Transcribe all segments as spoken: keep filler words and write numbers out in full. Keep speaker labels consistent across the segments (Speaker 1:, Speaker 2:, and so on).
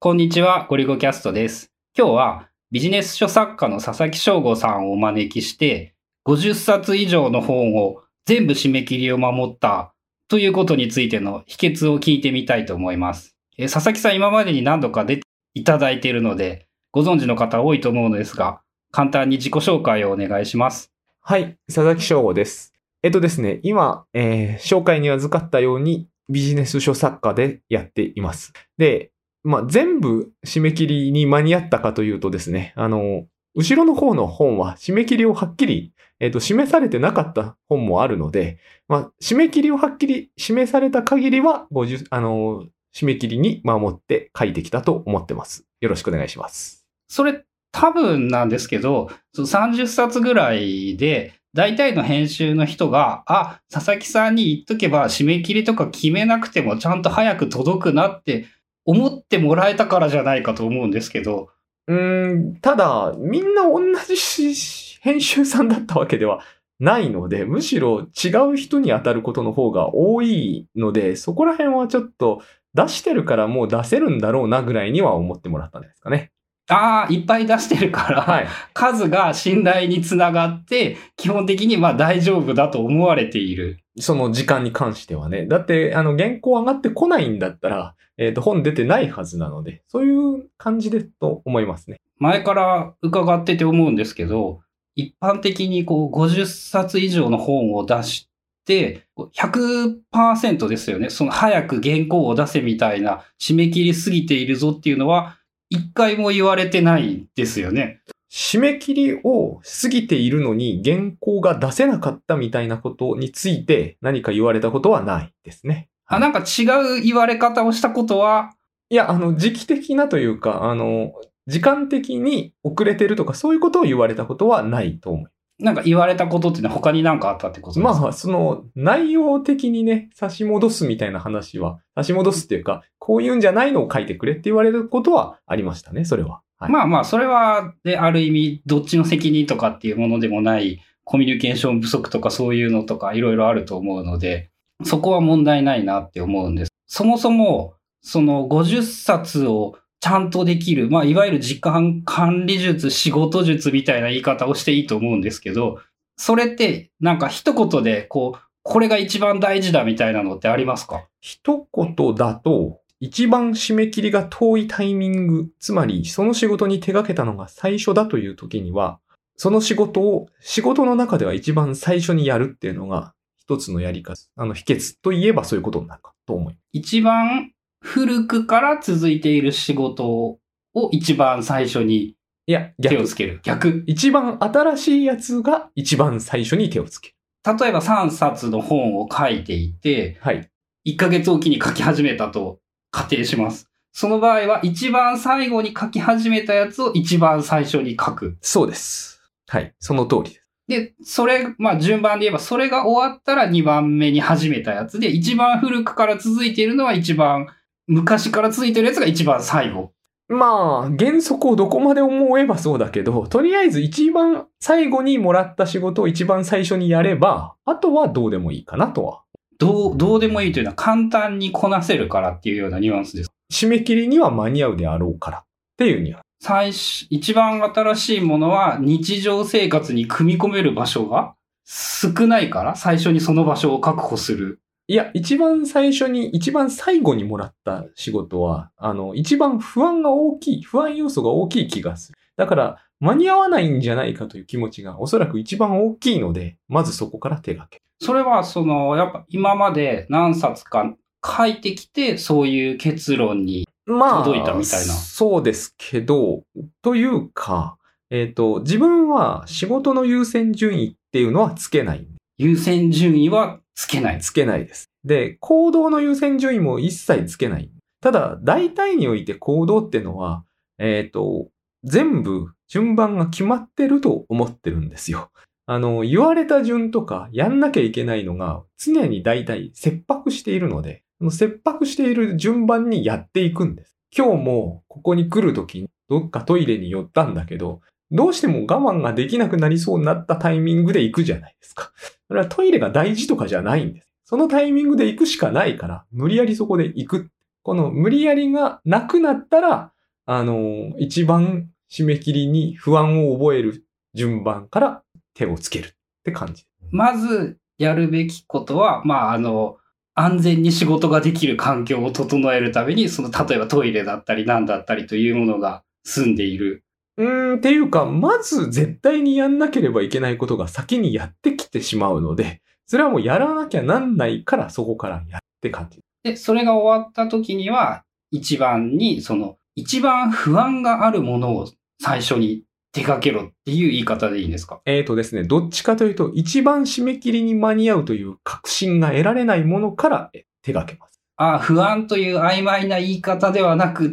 Speaker 1: こんにちは、ゴリゴキャストです。今日はビジネス書作家の佐々木翔吾さんをお招きして、ごじゅっさつ以上の本を全部締め切りを守ったということについての秘訣を聞いてみたいと思います。え佐々木さん、今までに何度か出ていただいているので、ご存知の方多いと思うのですが、簡単に自己紹介をお願いします。
Speaker 2: はい、佐々木翔吾です。えっとですね、今、えー、紹介に預かったようにビジネス書作家でやっています。で、まあ、全部締め切りに間に合ったかというとですね、あの、後ろの方の本は締め切りをはっきり、えっと、示されてなかった本もあるので、まあ、締め切りをはっきり示された限りは、ごじゅう、あの、締め切りに守って書いてきたと思ってます。よろしくお願いします。
Speaker 1: それ多分なんですけど、さんじゅっさつぐらいで、大体の編集の人が、あ、佐々木さんに言っとけば締め切りとか決めなくてもちゃんと早く届くなって思ってもらえたからじゃないかと思うんですけど。
Speaker 2: うーん、ただ、みんな同じ編集さんだったわけではないので、むしろ違う人に当たることの方が多いので、そこら辺はちょっと出してるからもう出せるんだろうなぐらいには思ってもらったんですかね。
Speaker 1: ああ、いっぱい出してるから、はい、数が信頼につながって、基本的にまあ大丈夫だと思われている。
Speaker 2: その時間に関してはね。だって、あの、原稿上がってこないんだったら、えっと、本出てないはずなので、そういう感じでと思いますね。
Speaker 1: 前から伺ってて思うんですけど、一般的にこうごじゅっさつ以上の本を出して、ひゃくパーセント ですよね。その早く原稿を出せみたいな締め切りすぎているぞっていうのは、一回も言われてないですよね。
Speaker 2: 締め切りを過ぎているのに原稿が出せなかったみたいなことについて何か言われたことはないですね。
Speaker 1: あ、なんか違う言われ方をしたことは？
Speaker 2: いや、あの、時期的なというか、あの、時間的に遅れてるとかそういうことを言われたことはないと思います。
Speaker 1: なんか言われたことっていうのは他に何かあったってことですか？
Speaker 2: まあ、その内容的にね、差し戻すみたいな話は、差し戻すっていうか、こういうんじゃないのを書いてくれって言われることはありましたね、それは。
Speaker 1: はい、まあまあ、それは、で、ある意味、どっちの責任とかっていうものでもない、コミュニケーション不足とかそういうのとかいろいろあると思うので、そこは問題ないなって思うんです。そもそも、そのごじゅっさつをちゃんとできる、まあ、いわゆる時間管理術、仕事術みたいな言い方をしていいと思うんですけど、それって、なんか一言で、こう、これが一番大事だみたいなのってありますか？
Speaker 2: 一言だと、一番締め切りが遠いタイミング、つまりその仕事に手掛けたのが最初だという時には、その仕事を仕事の中では一番最初にやるっていうのが一つのやり方、あの秘訣といえばそういうことになるかと思います。
Speaker 1: 一番古くから続いている仕事を一番最初に手をつける。逆。
Speaker 2: 一番新しいやつが一番最初に手をつける。
Speaker 1: 例えばさんさつの本を書いていて、
Speaker 2: はい。
Speaker 1: いっかげつおきに書き始めたと仮定します。その場合は一番最後に書き始めたやつを一番最初に書く。
Speaker 2: そうです。はい。その通りです。
Speaker 1: で、それ、まあ順番で言えば、それが終わったらにばんめに始めたやつで、一番古くから続いているのは一番、昔から続いているやつが一番最後。
Speaker 2: まあ、原則をどこまで思えばそうだけど、とりあえず一番最後にもらった仕事を一番最初にやれば、あとはどうでもいいかなとは。
Speaker 1: どう、どうでもいいというのは簡単にこなせるからっていうようなニュアンスです。
Speaker 2: 締め切りには間に合うであろうからっていうニュアンス。
Speaker 1: 最初、一番新しいものは日常生活に組み込める場所が少ないから最初にその場所を確保する。
Speaker 2: いや、一番最初に、一番最後にもらった仕事は、あの、一番不安が大きい、不安要素が大きい気がする。だから、間に合わないんじゃないかという気持ちがおそらく一番大きいので、まずそこから手がける。
Speaker 1: それは、その、やっぱ今まで何冊か書いてきて、そういう結論に届いたみたいな。
Speaker 2: まあ、そうですけど、というか、えっと、自分は仕事の優先順位っていうのはつけない。
Speaker 1: 優先順位はつけない。
Speaker 2: つけないです。で、行動の優先順位も一切つけない。ただ、大体において行動ってのは、えっと、全部順番が決まってると思ってるんですよ。あの、言われた順とかやんなきゃいけないのが常に大体切迫しているので、切迫している順番にやっていくんです。今日もここに来るときにどっかトイレに寄ったんだけど、どうしても我慢ができなくなりそうになったタイミングで行くじゃないですか。それはトイレが大事とかじゃないんです。そのタイミングで行くしかないから、無理やりそこで行く。この無理やりがなくなったら、 あの、一番締め切りに不安を覚える順番から手をつけるって感じ。
Speaker 1: まずやるべきことは、まあ、あの、安全に仕事ができる環境を整えるために、その、例えばトイレだったり何だったりというものが済んでいる。
Speaker 2: うーん、っていうか、まず絶対にやんなければいけないことが先にやってきてしまうので、それはもうやらなきゃなんないからそこからやって感じ。
Speaker 1: で、それが終わった時には、一番に、その、一番不安があるものを最初に手掛けろっていう言い方でいいんですか？
Speaker 2: えーとですね、どっちかというと、一番締め切りに間に合うという確信が得られないものから手掛けます。
Speaker 1: ああ、不安という曖昧な言い方ではなくって、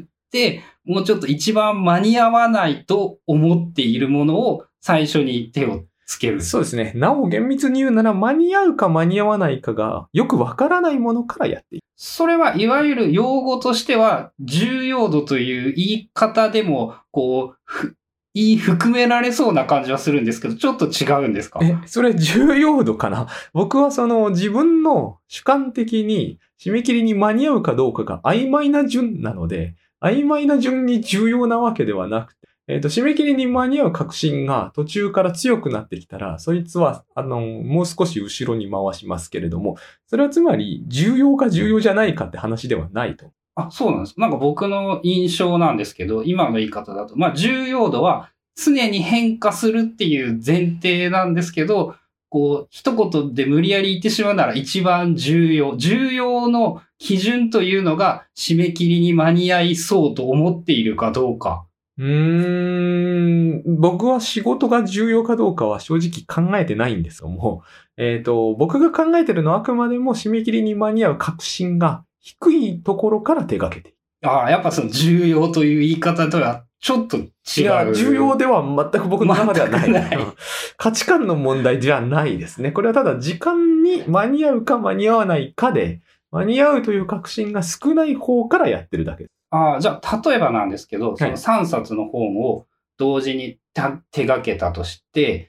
Speaker 1: もうちょっと一番間に合わないと思っているものを最初に手をつける。
Speaker 2: そうですね。なお厳密に言うなら、間に合うか間に合わないかがよくわからないものからやっていく。
Speaker 1: それはいわゆる用語としては、重要度という言い方でも、こう、言い含められそうな感じはするんですけど、ちょっと違うんですか？
Speaker 2: え、それ重要度かな？僕はその自分の主観的に締め切りに間に合うかどうかが曖昧な順なので、曖昧な順に重要なわけではなくて、えっと、締め切りに間に合う確信が途中から強くなってきたら、そいつは、あの、もう少し後ろに回しますけれども、それはつまり重要か重要じゃないかって話ではないと。
Speaker 1: あ、そうなんです。なんか僕の印象なんですけど、今の言い方だと、まあ重要度は常に変化するっていう前提なんですけど、こう、一言で無理やり言ってしまうなら一番重要。重要の基準というのが締め切りに間に合いそうと思っているかどうか。
Speaker 2: うーん、僕は仕事が重要かどうかは正直考えてないんですけども、えっと、僕が考えてるのはあくまでも締め切りに間に合う確信が低いところから手掛けている。
Speaker 1: ああ、やっぱその重要という言い方とはちょっと違う。
Speaker 2: いや、重要では全く僕の中ではない。
Speaker 1: 全くない
Speaker 2: 価値観の問題じゃないですね。これはただ時間に間に合うか間に合わないかで、間に合うという確信が少ない方からやってるだけです。
Speaker 1: ああ、じゃあ、例えばなんですけど、
Speaker 2: はい
Speaker 1: そのさんさつの本を同時にた手掛けたとして、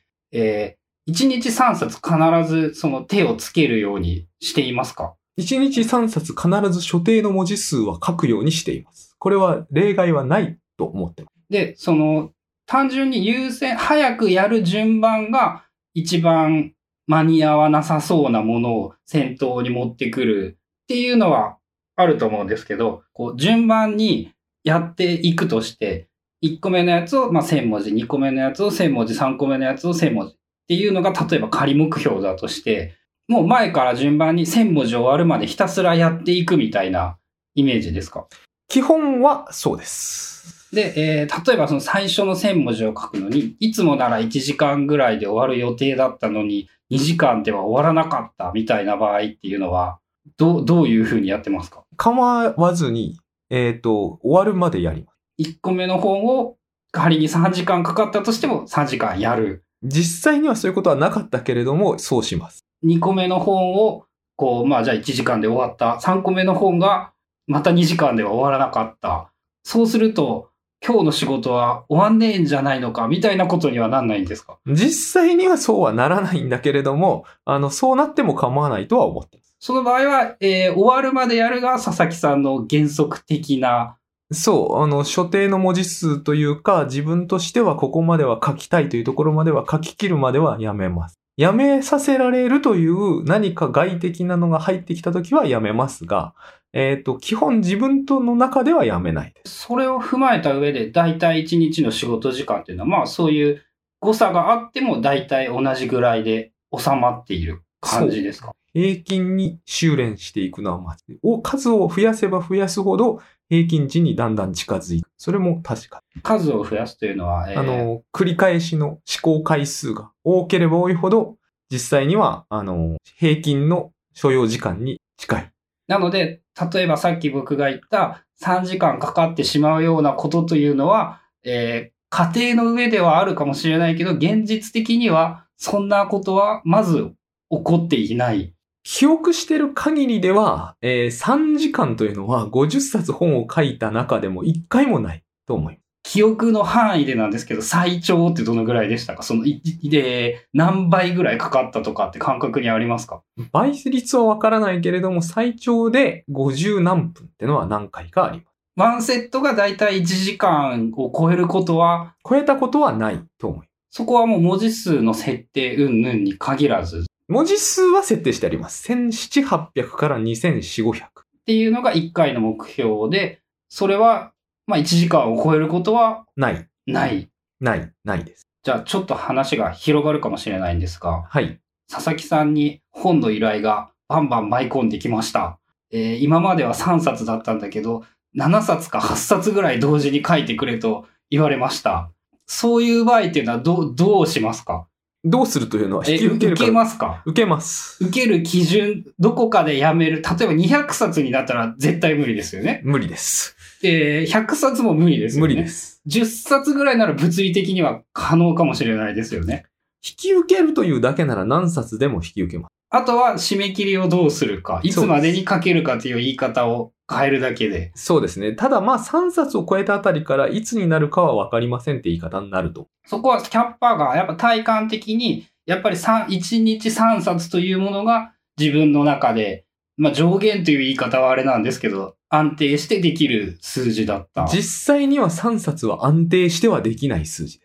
Speaker 1: えー、いちにちさんさつ必ずその手をつけるようにしていますか？
Speaker 2: いちにちさんさつ必ず所定の文字数は書くようにしています。これは例外はないと思ってます。
Speaker 1: で、その、単純に優先、早くやる順番が一番間に合わなさそうなものを先頭に持ってくるっていうのはあると思うんですけど、こう順番にやっていくとして、いっこめのやつをまあせん文字、にこめのやつをせん文字、さんこめのやつをせん文字っていうのが例えば仮目標だとして、もう前から順番にせん文字終わるまでひたすらやっていくみたいなイメージですか？
Speaker 2: 基本はそうです。
Speaker 1: で、えー、例えばその最初のせん文字を書くのに、いつもならいちじかんぐらいで終わる予定だったのに、にじかんでは終わらなかったみたいな場合っていうのは、どう、どういうふうにやってますか？
Speaker 2: 構わずに、えっと、終わるまでやります。
Speaker 1: いっこめの本を仮にさんじかんかかったとしてもさんじかんやる。
Speaker 2: 実際にはそういうことはなかったけれども、そうします。
Speaker 1: にこめの本を、こう、まあじゃあいちじかんで終わった。さんこめの本がまたにじかんでは終わらなかった。そうすると、今日の仕事は終わんねえんじゃないのかみたいなことにはなんないんですか？
Speaker 2: 実際にはそうはならないんだけれども、あの、そうなっても構わないとは思ってます。
Speaker 1: その場合は、えー、終わるまでやるが佐々木さんの原則的な。
Speaker 2: そう、あの、所定の文字数というか、自分としてはここまでは書きたいというところまでは書き切るまではやめます。やめさせられるという何か外的なのが入ってきたときはやめますが、えっと、基本自分との中ではやめないです。
Speaker 1: それを踏まえた上で、だいたいいちにちの仕事時間っていうのは、まあそういう誤差があってもだいたい同じぐらいで収まっている感じですか？
Speaker 2: 平均に修練していくのはまず、数を増やせば増やすほど平均値にだんだん近づいて、それも確か。
Speaker 1: 数を増やすというのは、えー、
Speaker 2: あの、繰り返しの試行回数が多ければ多いほど、実際には、あの、平均の所要時間に近い。
Speaker 1: なので、例えばさっき僕が言ったさんじかんかかってしまうようなことというのは、えー、家庭の上ではあるかもしれないけど、現実的にはそんなことはまず起こっていない。
Speaker 2: 記憶してる限りでは、えー、さんじかんというのはごじゅっさつ本を書いた中でもいっかいもないと思います。
Speaker 1: 記憶の範囲でなんですけど、最長ってどのぐらいでしたか？その、で、何倍ぐらいかかったとかって感覚にありますか？
Speaker 2: 倍率はわからないけれども、最長でごじゅうなんぷんってのは何回かあります。
Speaker 1: ワンセットがだいたいいちじかんを超えることは、
Speaker 2: 超えたことはないと思います。
Speaker 1: そこはもう文字数の設定云々に限らず。
Speaker 2: 文字数は設定してあります。せんななひゃく、はっぴゃくからにせんよんひゃく、ごひゃく。
Speaker 1: っていうのがいっかいの目標で、それは、まあいちじかんを超えることは
Speaker 2: ない。
Speaker 1: ない。
Speaker 2: ない。ないです。
Speaker 1: じゃあちょっと話が広がるかもしれないんですが、
Speaker 2: はい。
Speaker 1: 佐々木さんに本の依頼がバンバン舞い込んできました。えー、今まではさんさつだったんだけど、ななさつかはっさつぐらい同時に書いてくれと言われました。そういう場合っていうのはどう、どうしますか？
Speaker 2: どうするというのは引き受けるか。
Speaker 1: 受けますか？
Speaker 2: 受けます。
Speaker 1: 受ける基準、どこかでやめる。例えばにひゃくさつになったら絶対無理ですよね。
Speaker 2: 無理です。
Speaker 1: えー、ひゃくさつも無理ですよね。
Speaker 2: 無理です。
Speaker 1: じゅっさつぐらいなら物理的には可能かもしれないですよね。
Speaker 2: 引き受けるというだけなら何冊でも引き受けます。
Speaker 1: あとは締め切りをどうするか。いつまでに書けるかという言い方を変えるだけで。
Speaker 2: そうですね。ただまあさんさつを超えたあたりからいつになるかはわかりませんって言い方になると。
Speaker 1: そこはキャッパーがやっぱ体感的にやっぱりいちにちさんさつというものが自分の中で、まあ上限という言い方はあれなんですけど、安定してできる数字だった。
Speaker 2: 実際にはさんさつは安定してはできない数字です。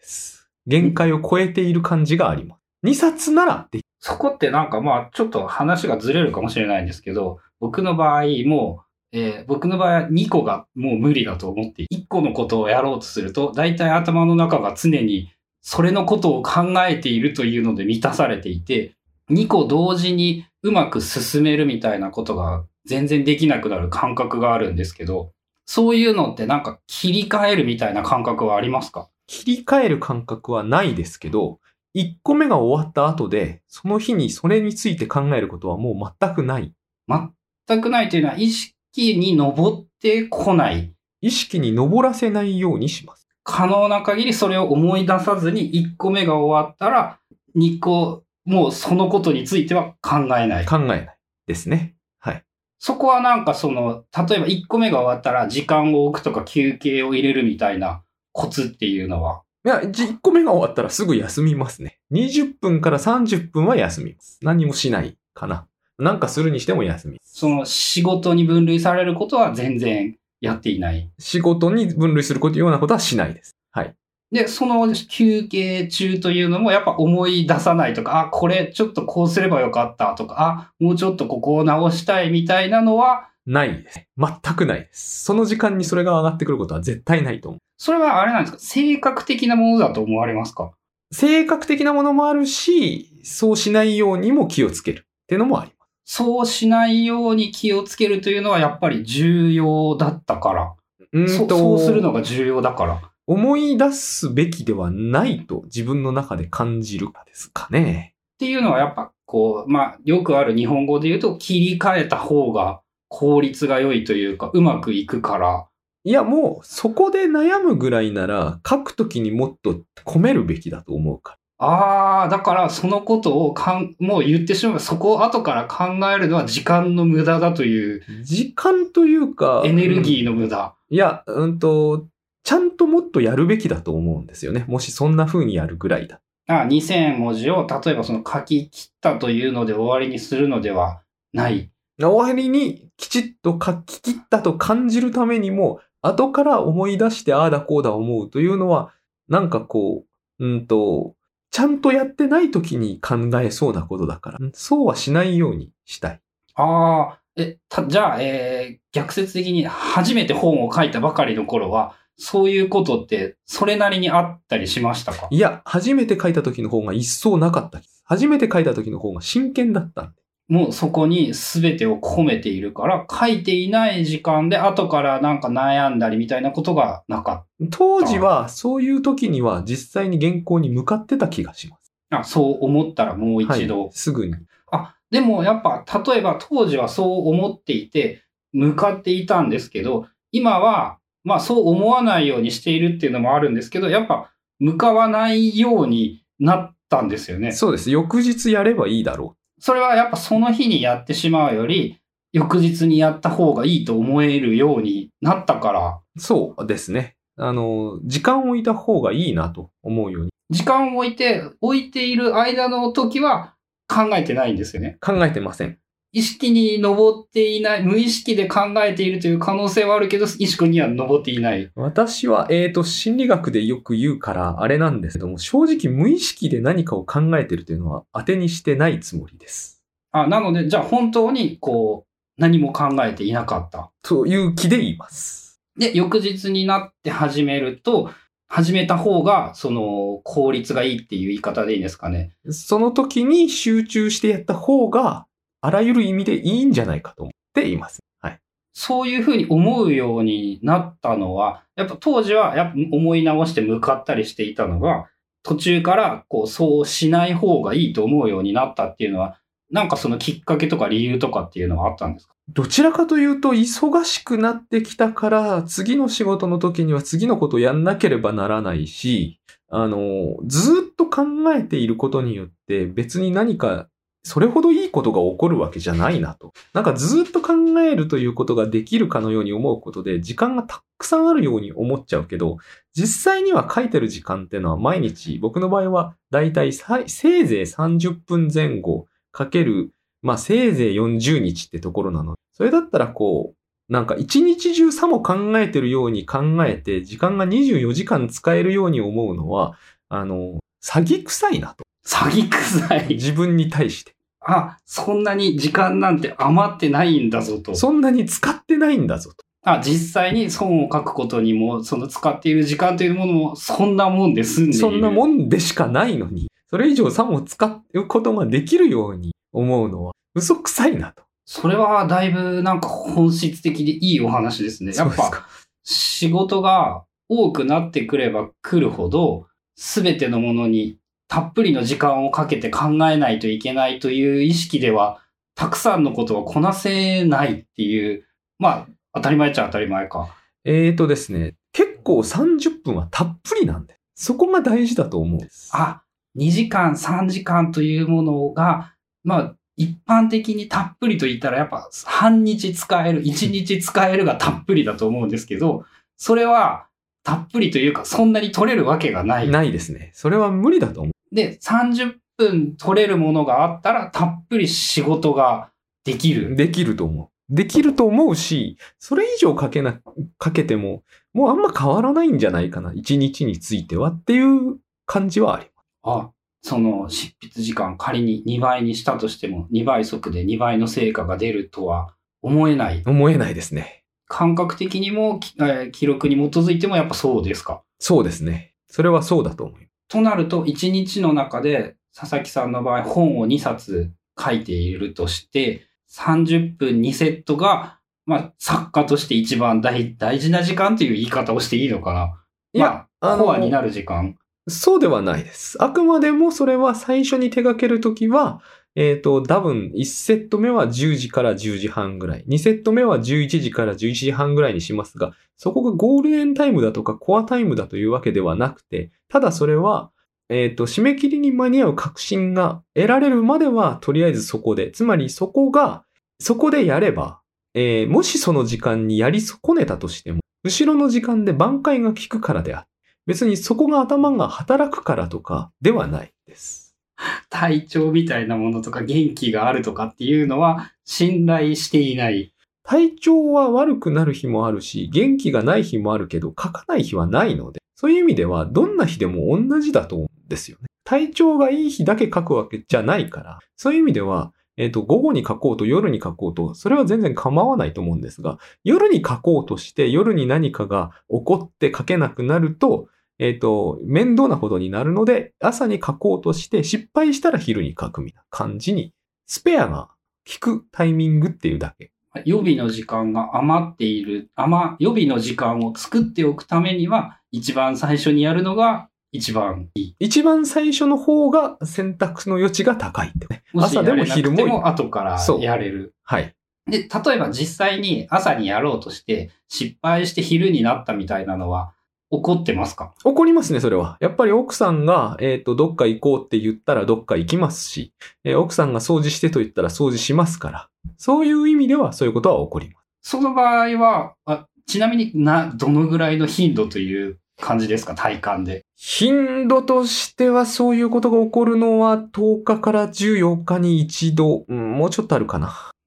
Speaker 2: 限界を超えている感じがあります。にさつならできる。
Speaker 1: そこってなんかまあちょっと話がずれるかもしれないんですけど、僕の場合もう、えー、僕の場合はにこがもう無理だと思っていっこのことをやろうとすると、大体頭の中が常にそれのことを考えているというので満たされていて、にこ同時にうまく進めるみたいなことが全然できなくなる感覚があるんですけど、そういうのってなんか切り替えるみたいな感覚はありますか？
Speaker 2: 切り替える感覚はないですけど、いっこめが終わった後で、その日にそれについて考えることはもう全くない。
Speaker 1: 全くないというのは意識に上ってこない。
Speaker 2: 意識に上らせないようにします。
Speaker 1: 可能な限りそれを思い出さずにいっこめが終わったらにこ、もうそのことについては考えない。
Speaker 2: 考えないですね。はい。
Speaker 1: そこはなんかその、例えばいっこめが終わったら時間を置くとか休憩を入れるみたいなコツっていうのは。
Speaker 2: いや、いっこめが終わったらすぐ休みますね。にじゅっぷんからさんじゅっぷんは休みます。何もしないかな。なんかするにしても休み。
Speaker 1: その仕事に分類されることは全然やっていない。
Speaker 2: 仕事に分類するようなことはしないです。はい。
Speaker 1: で、その休憩中というのもやっぱ思い出さないとか、あ、これちょっとこうすればよかったとか、あ、もうちょっとここを直したいみたいなのは、
Speaker 2: ないです。全くないです。その時間にそれが上がってくることは絶対ないと思う。
Speaker 1: それはあれなんですか？性格的なものだと思われますか？
Speaker 2: 性格的なものもあるし、そうしないようにも気をつけるっていうのもあります。
Speaker 1: そうしないように気をつけるというのはやっぱり重要だったから。
Speaker 2: うんと
Speaker 1: そ、そうするのが重要だから。
Speaker 2: 思い出すべきではないと自分の中で感じるかですかね。
Speaker 1: っていうのはやっぱこう、まあよくある日本語で言うと切り替えた方が効率が良いというかうまくいくから。
Speaker 2: いやもうそこで悩むぐらいなら書くときにもっと込めるべきだと思うから。
Speaker 1: ああ、だからそのことをかん、もう言ってしまえばそこを後から考えるのは時間の無駄だという。
Speaker 2: 時間というか。
Speaker 1: エネルギーの無駄。
Speaker 2: うん、いや、うんと、ちゃんともっとやるべきだと思うんですよね。もしそんな風にやるぐらいだ。
Speaker 1: ああ、にせんもじを例えばその書き切ったというので終わりにするのではない。
Speaker 2: 終わりにきちっと書き切ったと感じるためにも、後から思い出してああだこうだ思うというのは、なんかこう、うんと、ちゃんとやってない時に考えそうなことだから、そうはしないようにしたい。
Speaker 1: ああ、え、た、じゃあ、えー、逆説的に初めて本を書いたばかりの頃は、そういうことってそれなりにあったりしましたか？
Speaker 2: いや、初めて書いた時の方が一層なかった。初めて書いた時の方が真剣だったんで。
Speaker 1: もうそこに全てを込めているから、書いていない時間で後からなんか悩んだりみたいなことがなかった。
Speaker 2: 当時はそういう時には実際に原稿に向かってた気がします。
Speaker 1: あ、そう思ったらもう一度。
Speaker 2: はい、すぐに。
Speaker 1: あ、でもやっぱ例えば当時はそう思っていて向かっていたんですけど、今はまあそう思わないようにしているっていうのもあるんですけど、やっぱ向かわないようになったんですよね。
Speaker 2: そうです。翌日やればいいだろう。
Speaker 1: それはやっぱその日にやってしまうより、翌日にやった方がいいと思えるようになったから。
Speaker 2: そうですね。あの、時間を置いた方がいいなと思うように。
Speaker 1: 時間を置いて、置いている間の時は考えてないんですよね。
Speaker 2: 考えてません。
Speaker 1: 意識に上っていない、無意識で考えているという可能性はあるけど、意識には上っていない。
Speaker 2: 私は、えーと、心理学でよく言うから、あれなんですけども、正直無意識で何かを考えているというのは当てにしてないつもりです。
Speaker 1: あ、なので、じゃあ本当に、こう、何も考えていなかった。
Speaker 2: という気で言います。
Speaker 1: で、翌日になって始めると、始めた方が、その、効率がいいっていう言い方でいいんですかね。
Speaker 2: その時に集中してやった方が、あらゆる意味でいいんじゃないかと思って言います。はい。
Speaker 1: そういうふうに思うようになったのは、やっぱ当時はやっぱ思い直して向かったりしていたのが、途中からこうそうしない方がいいと思うようになったっていうのは、なんかそのきっかけとか理由とかっていうのはあったんですか？
Speaker 2: どちらかというと、忙しくなってきたから、次の仕事の時には次のことをやんなければならないし、あの、ずっと考えていることによって別に何かそれほどいいことが起こるわけじゃないなと。なんかずっと考えるということができるかのように思うことで、時間がたくさんあるように思っちゃうけど、実際には書いてる時間っていうのは毎日、僕の場合はだいたいせいぜいさんじゅっぷんぜん後かける、まあせいぜいよんじゅうにちってところなので、それだったらこう、なんか一日中さも考えてるように考えて、時間がにじゅうよじかん使えるように思うのは、あの、詐欺臭いなと。
Speaker 1: 詐欺臭い。
Speaker 2: 自分に対して。
Speaker 1: あ、そんなに時間なんて余ってないんだぞと。
Speaker 2: そんなに使ってないんだぞと。
Speaker 1: あ、実際に本を書くことにも、その使っている時間というものも、そんなもんで済んでいる。
Speaker 2: そんなもんでしかないのに、それ以上さも使うことができるように思うのは、嘘くさいなと。
Speaker 1: それはだいぶなんか本質的でいいお話ですね。やっぱ、仕事が多くなってくれば来るほど、すべてのものにたっぷりの時間をかけて考えないといけないという意識では、たくさんのことをこなせないっていう、まあ、当たり前っちゃ当たり前か。
Speaker 2: えーとですね、結構さんじゅっぷんはたっぷりなんで、そこが大事だと思うんです。
Speaker 1: あ、にじかん、さんじかんというものが、まあ、一般的にたっぷりと言ったらやっぱ半日使える、一日使えるがたっぷりだと思うんですけど、それはたっぷりというかそんなに取れるわけがない。
Speaker 2: ないですね。それは無理だと思う。
Speaker 1: で、さんじゅっぷん取れるものがあったらたっぷり仕事ができる。
Speaker 2: できると思う。できると思うし、それ以上かけな、かけても、もうあんま変わらないんじゃないかな。一日についてはっていう感じはあります。
Speaker 1: あ、その執筆時間仮ににばいにしたとしてもにばい速でにばいの成果が出るとは思えない。
Speaker 2: 思えないですね。
Speaker 1: 感覚的にも、えー、記録に基づいてもやっぱそうですか？
Speaker 2: そうですね。それはそうだと思います。
Speaker 1: となるといちにちの中で佐々木さんの場合本をにさつ書いているとしてさんじゅっぷんにセットが、まあ、作家として一番 大, 大事な時間という言い方をしていいのかな？いや、まあ、コアになる時間。
Speaker 2: そうではないです。あくまでもそれは最初に手掛けるときは、えっと、多分いちセット目はじゅうじからじゅうじはんぐらい、にセット目はじゅういちじからじゅういちじはんぐらいにしますが、そこがゴールデンタイムだとかコアタイムだというわけではなくて、ただそれは、えっと、締め切りに間に合う確信が得られるまでは、とりあえずそこで、つまりそこが、そこでやれば、えー、もしその時間にやり損ねたとしても、後ろの時間で挽回が効くからである。別にそこが頭が働くからとかではないです。
Speaker 1: 体調みたいなものとか元気があるとかっていうのは信頼していない。
Speaker 2: 体調は悪くなる日もあるし、元気がない日もあるけど、書かない日はないので、そういう意味ではどんな日でも同じだと思うんですよね。体調がいい日だけ書くわけじゃないから、そういう意味では、えっと、午後に書こうと夜に書こうと、それは全然構わないと思うんですが、夜に書こうとして夜に何かが起こって書けなくなると、えっと、面倒なことになるので、朝に書こうとして失敗したら昼に書くみたいな感じに、スペアが効くタイミングっていうだけ。
Speaker 1: 予備の時間が余っている、余、予備の時間を作っておくためには、一番最初にやるのが一番いい。
Speaker 2: 一番最初の方が選択の余地が高いってね。朝でも昼も。
Speaker 1: でも後からやれる。
Speaker 2: はい。
Speaker 1: で、例えば実際に朝にやろうとして失敗して昼になったみたいなのは起こってますか？
Speaker 2: 起こりますね、それは。やっぱり奥さんが、えっと、どっか行こうって言ったらどっか行きますし、えー、奥さんが掃除してと言ったら掃除しますから。そういう意味ではそういうことは起こります。
Speaker 1: その場合は、あ、ちなみにな、どのぐらいの頻度という感じですか？体感で。
Speaker 2: 頻度としてはそういうことが起こるのはとおかからじゅうよっかに一度、うん、もうちょっとあるかな。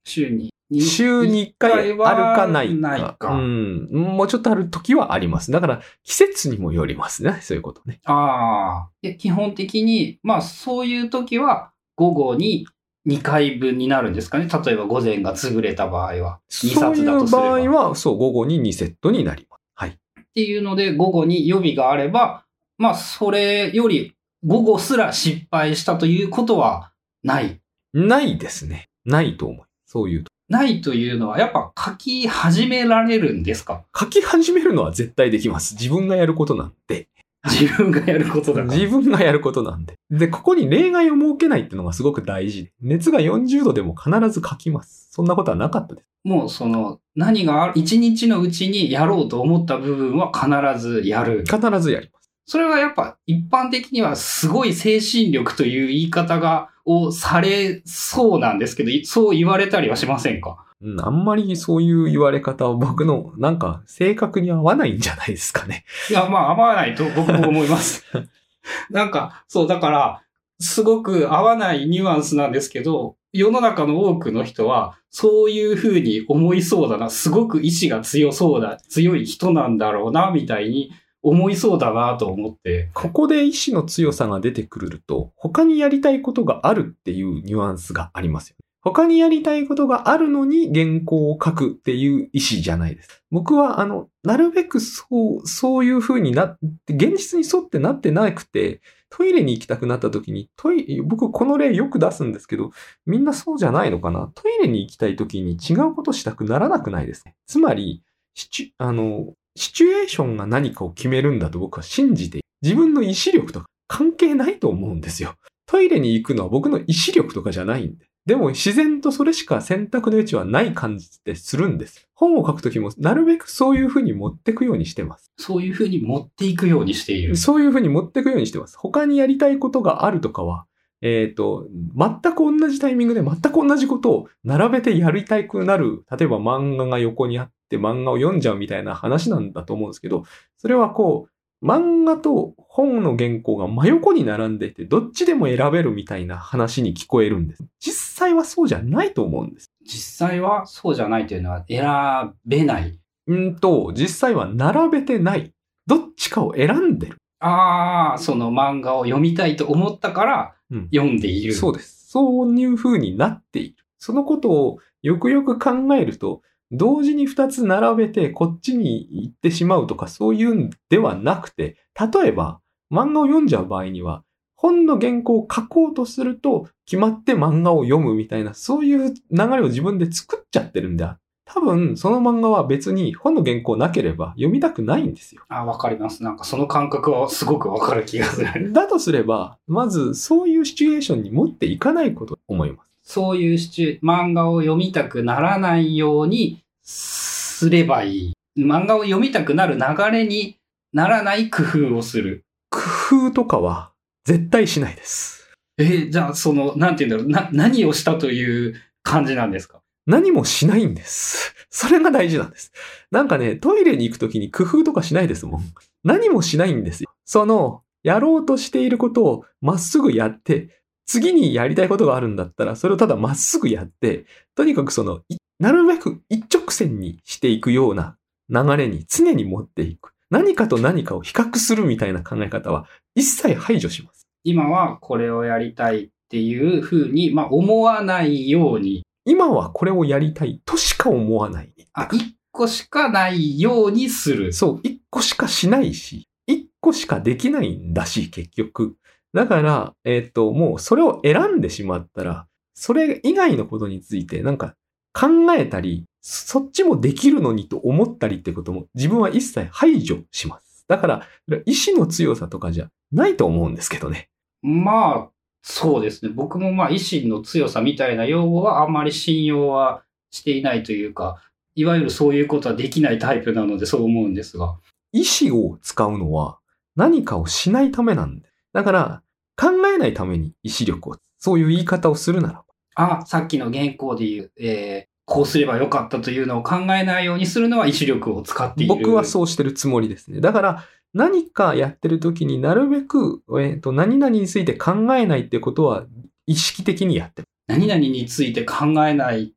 Speaker 1: 週に
Speaker 2: 週にいっかいあるかないか。
Speaker 1: ないか。
Speaker 2: うん。もうちょっとある時はあります。だから季節にもよりますね。そういうことね。
Speaker 1: ああ。で、基本的に、まあそういう時は午後ににかいぶんになるんですかね。例えば午前が潰れた場合は。にさつだとすれば。
Speaker 2: そういう場合は、そう、午後ににセットになります。はい。
Speaker 1: っていうので、午後に予備があれば、まあそれより午後すら失敗したということはない。
Speaker 2: ないですね。ないと思う。そういうと。
Speaker 1: ないというのは、やっぱ書き始められるんですか？
Speaker 2: 書き始めるのは絶対できます。自分がやることなんで。
Speaker 1: 自分がやることだから。
Speaker 2: 自分がやることなんで。で、ここに例外を設けないっていうのがすごく大事で。熱がよんじゅうどでも必ず書きます。そんなことはなかったです。
Speaker 1: もうその、何がある、一日のうちにやろうと思った部分は必ずやる。
Speaker 2: 必ずやります。
Speaker 1: それはやっぱ一般的にはすごい精神力という言い方が、をされそうなんですけど、そう言われたりはしませんか？
Speaker 2: うん、あんまりそういう言われ方は僕のなんか性格に合わないんじゃないですかね。
Speaker 1: いや、まあ合わないと僕も思います。なんか、そう、だから、すごく合わないニュアンスなんですけど、世の中の多くの人は、そういうふうに思いそうだな、すごく意志が強そうだ、強い人なんだろうな、みたいに思いそうだなと思って。
Speaker 2: ここで意志の強さが出てくると、他にやりたいことがあるっていうニュアンスがありますよね。他にやりたいことがあるのに原稿を書くっていう意思じゃないです。僕は、あの、なるべくそう、そういう風になって、現実に沿ってなってなくて、トイレに行きたくなった時に、トイレ、僕この例よく出すんですけど、みんなそうじゃないのかな。トイレに行きたい時に違うことしたくならなくないですね。つまり、シチュ、あの、シチュエーションが何かを決めるんだと僕は信じて、自分の意志力とか関係ないと思うんですよ。トイレに行くのは僕の意志力とかじゃないんで。でも自然とそれしか選択の余地はない感じってするんです。本を書くときもなるべくそういう風に持っていくようにしてます。
Speaker 1: そういう風に持っていくようにしている。
Speaker 2: そういう風に持っていくようにしてます。他にやりたいことがあるとかは、えっと、全く同じタイミングで全く同じことを並べてやりたくなる。例えば漫画が横にあって漫画を読んじゃうみたいな話なんだと思うんですけど、それはこう、漫画と本の原稿が真横に並んでいて、どっちでも選べるみたいな話に聞こえるんです。実際はそうじゃないと思うんです。
Speaker 1: 実際はそうじゃないというのは選べない。
Speaker 2: うんと、実際は並べてない。どっちかを選んでる。
Speaker 1: ああ、その漫画を読みたいと思ったから読んでいる。
Speaker 2: うん、そうです。そういう風になっている。そのことをよくよく考えると、同時に二つ並べてこっちに行ってしまうとかそういうんではなくて、例えば漫画を読んじゃう場合には、本の原稿を書こうとすると決まって漫画を読むみたいな、そういう流れを自分で作っちゃってるんだ。多分その漫画は別に本の原稿なければ読みたくないんですよ。
Speaker 1: あ、わかります。なんかその感覚はすごくわかる気がする。
Speaker 2: だとすれば、まずそういうシチュエーションに持っていかないことと思います。
Speaker 1: そういうシチュ漫画を読みたくならないようにすればいい。漫画を読みたくなる流れにならない工夫をする。
Speaker 2: 工夫とかは絶対しないです。
Speaker 1: えー、じゃあその、なんて言うんだろう、な、何をしたという感じなんですか？
Speaker 2: 何もしないんです。それが大事なんです。なんかね、トイレに行くときに工夫とかしないですもん。何もしないんですよ。その、やろうとしていることをまっすぐやって、次にやりたいことがあるんだったら、それをただまっすぐやって、とにかくその、なるべく一直線にしていくような流れに常に持っていく。何かと何かを比較するみたいな考え方は一切排除します。
Speaker 1: 今はこれをやりたいっていうふうに、まあ思わないように。
Speaker 2: 今はこれをやりたいとしか思わない。
Speaker 1: あ、一個しかないようにする。
Speaker 2: そう、一個しかしないし、一個しかできないんだし、結局。だから、えっと、もうそれを選んでしまったら、それ以外のことについてなんか考えたり、そっちもできるのにと思ったりってことも自分は一切排除します。だから、意志の強さとかじゃないと思うんですけどね。
Speaker 1: まあ、そうですね。僕もまあ、意志の強さみたいな用語はあんまり信用はしていないというか、いわゆるそういうことはできないタイプなのでそう思うんですが。
Speaker 2: 意志を使うのは何かをしないためなんで。だから、考えないために意志力を、そういう言い方をするならば。
Speaker 1: あ、さっきの原稿で言う、えー、こうすればよかったというのを考えないようにするのは意志力を使っている。
Speaker 2: 僕はそうしてるつもりですね。だから、何かやってる時になるべく、えっと、何々について考えないってことは意識的にやってる。
Speaker 1: 何々について考えないって、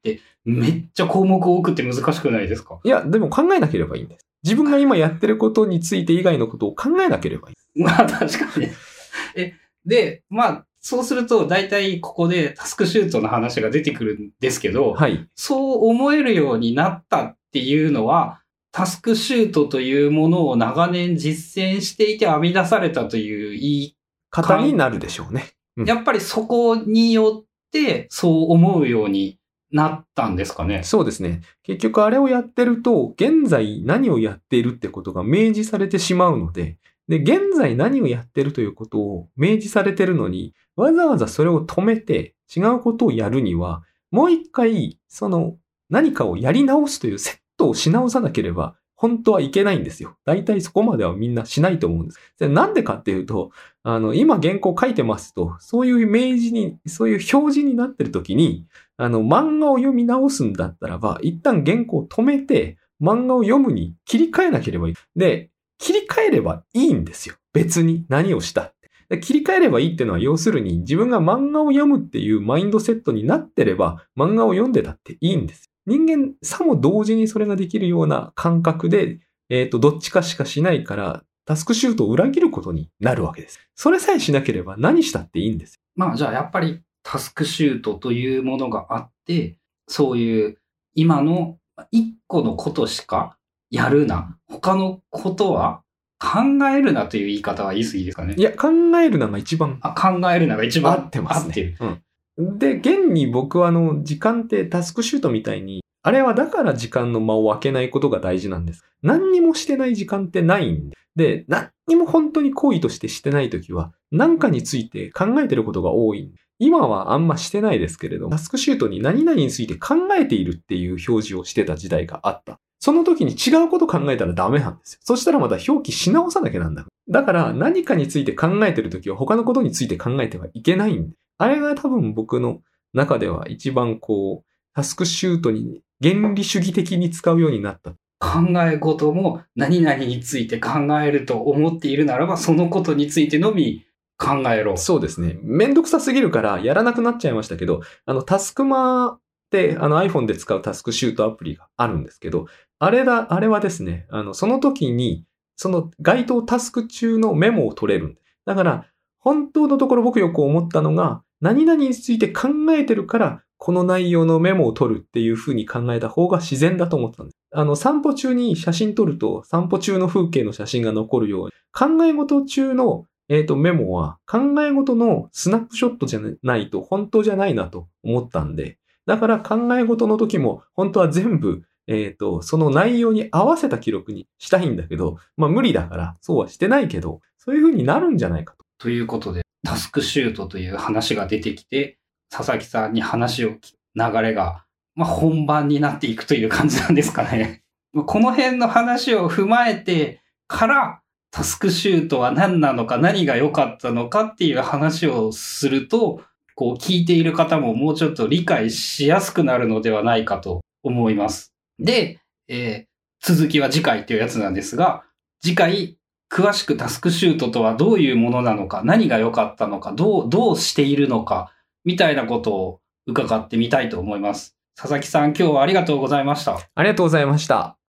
Speaker 1: めっちゃ項目多くて難しくないですか？
Speaker 2: いや、でも考えなければいいんです。自分が今やってることについて以外のことを考えなければいい。
Speaker 1: まあ確かに。え、で、まあ、そうすると大体ここでタスクシュートの話が出てくるんですけど、
Speaker 2: はい。
Speaker 1: そう思えるようになったっていうのは、タスクシュートというものを長年実践していて編み出されたという言い
Speaker 2: 方になるでしょうね。
Speaker 1: うん、やっぱりそこによってそう思うようになったんですかね。
Speaker 2: そうですね。結局あれをやってると、現在何をやっているってことが明示されてしまうので、で、現在何をやってるということを明示されてるのに、わざわざそれを止めて違うことをやるには、もう一回、その何かをやり直すというセットをし直さなければ、本当はいけないんですよ。大体そこまではみんなしないと思うんです。で、なんでかっていうと、あの、今原稿書いてますと、そういう明示に、そういう表示になってる時に、あの、漫画を読み直すんだったらば、一旦原稿を止めて、漫画を読むに切り替えなければいい。で、切り替えればいいんですよ。別に何をしたって。切り替えればいいっていうのは、要するに自分が漫画を読むっていうマインドセットになってれば、漫画を読んでたっていいんです。人間さも同時にそれができるような感覚で、えっと、どっちかしかしないから、タスクシュートを裏切ることになるわけです。それさえしなければ何したっていいんです。
Speaker 1: まあじゃあやっぱりタスクシュートというものがあって、そういう今の一個のことしかやるな。他のことは考えるなという言い方は言い過ぎですかね。
Speaker 2: いや、考えるのが一番。
Speaker 1: あ、考えるのが一番
Speaker 2: 合ってますね。
Speaker 1: 合ってる。
Speaker 2: うん。で、現に僕はあの、時間ってタスクシュートみたいに、あれはだから時間の間を空けないことが大事なんです。何にもしてない時間ってないんで。で、何にも本当に行為としてしてないときは、何かについて考えてることが多いんで。今はあんましてないですけれども、タスクシュートに何々について考えているっていう表示をしてた時代があった。その時に違うこと考えたらダメなんですよ。そしたらまた表記し直さなきゃなんだ。だから何かについて考えてる時は他のことについて考えてはいけないんで。あれが多分僕の中では一番こう、タスクシュートに原理主義的に使うようになった。
Speaker 1: 考え事も何々について考えると思っているならば、そのことについてのみ考えろ。
Speaker 2: そうですね。めんどくさすぎるからやらなくなっちゃいましたけど、あの、タスクマってあの iPhone で使うタスクシュートアプリがあるんですけど、あれだ、あれはですね、あの、その時に、その該当タスク中のメモを取れるんです。だから、本当のところ僕よく思ったのが、何々について考えてるから、この内容のメモを取るっていう風に考えた方が自然だと思ったんです。あの、散歩中に写真撮ると、散歩中の風景の写真が残るように、考え事中の、えっと、メモは、考え事のスナップショットじゃないと本当じゃないなと思ったんで、だから考え事の時も、本当は全部、えっと、その内容に合わせた記録にしたいんだけど、まあ無理だから、そうはしてないけど、そういう風になるんじゃないかと。
Speaker 1: ということで、タスクシュートという話が出てきて、佐々木さんに話を聞く流れが、まあ、本番になっていくという感じなんですかね。この辺の話を踏まえてから、タスクシュートは何なのか、何が良かったのかっていう話をすると、こう聞いている方ももうちょっと理解しやすくなるのではないかと思います。で、えー、続きは次回というやつなんですが、次回、詳しくタスクシュートとはどういうものなのか、何が良かったのか、どう、どうしているのか、みたいなことを伺ってみたいと思います。佐々木さん、今日はありがとうございました。
Speaker 2: ありがとうございました。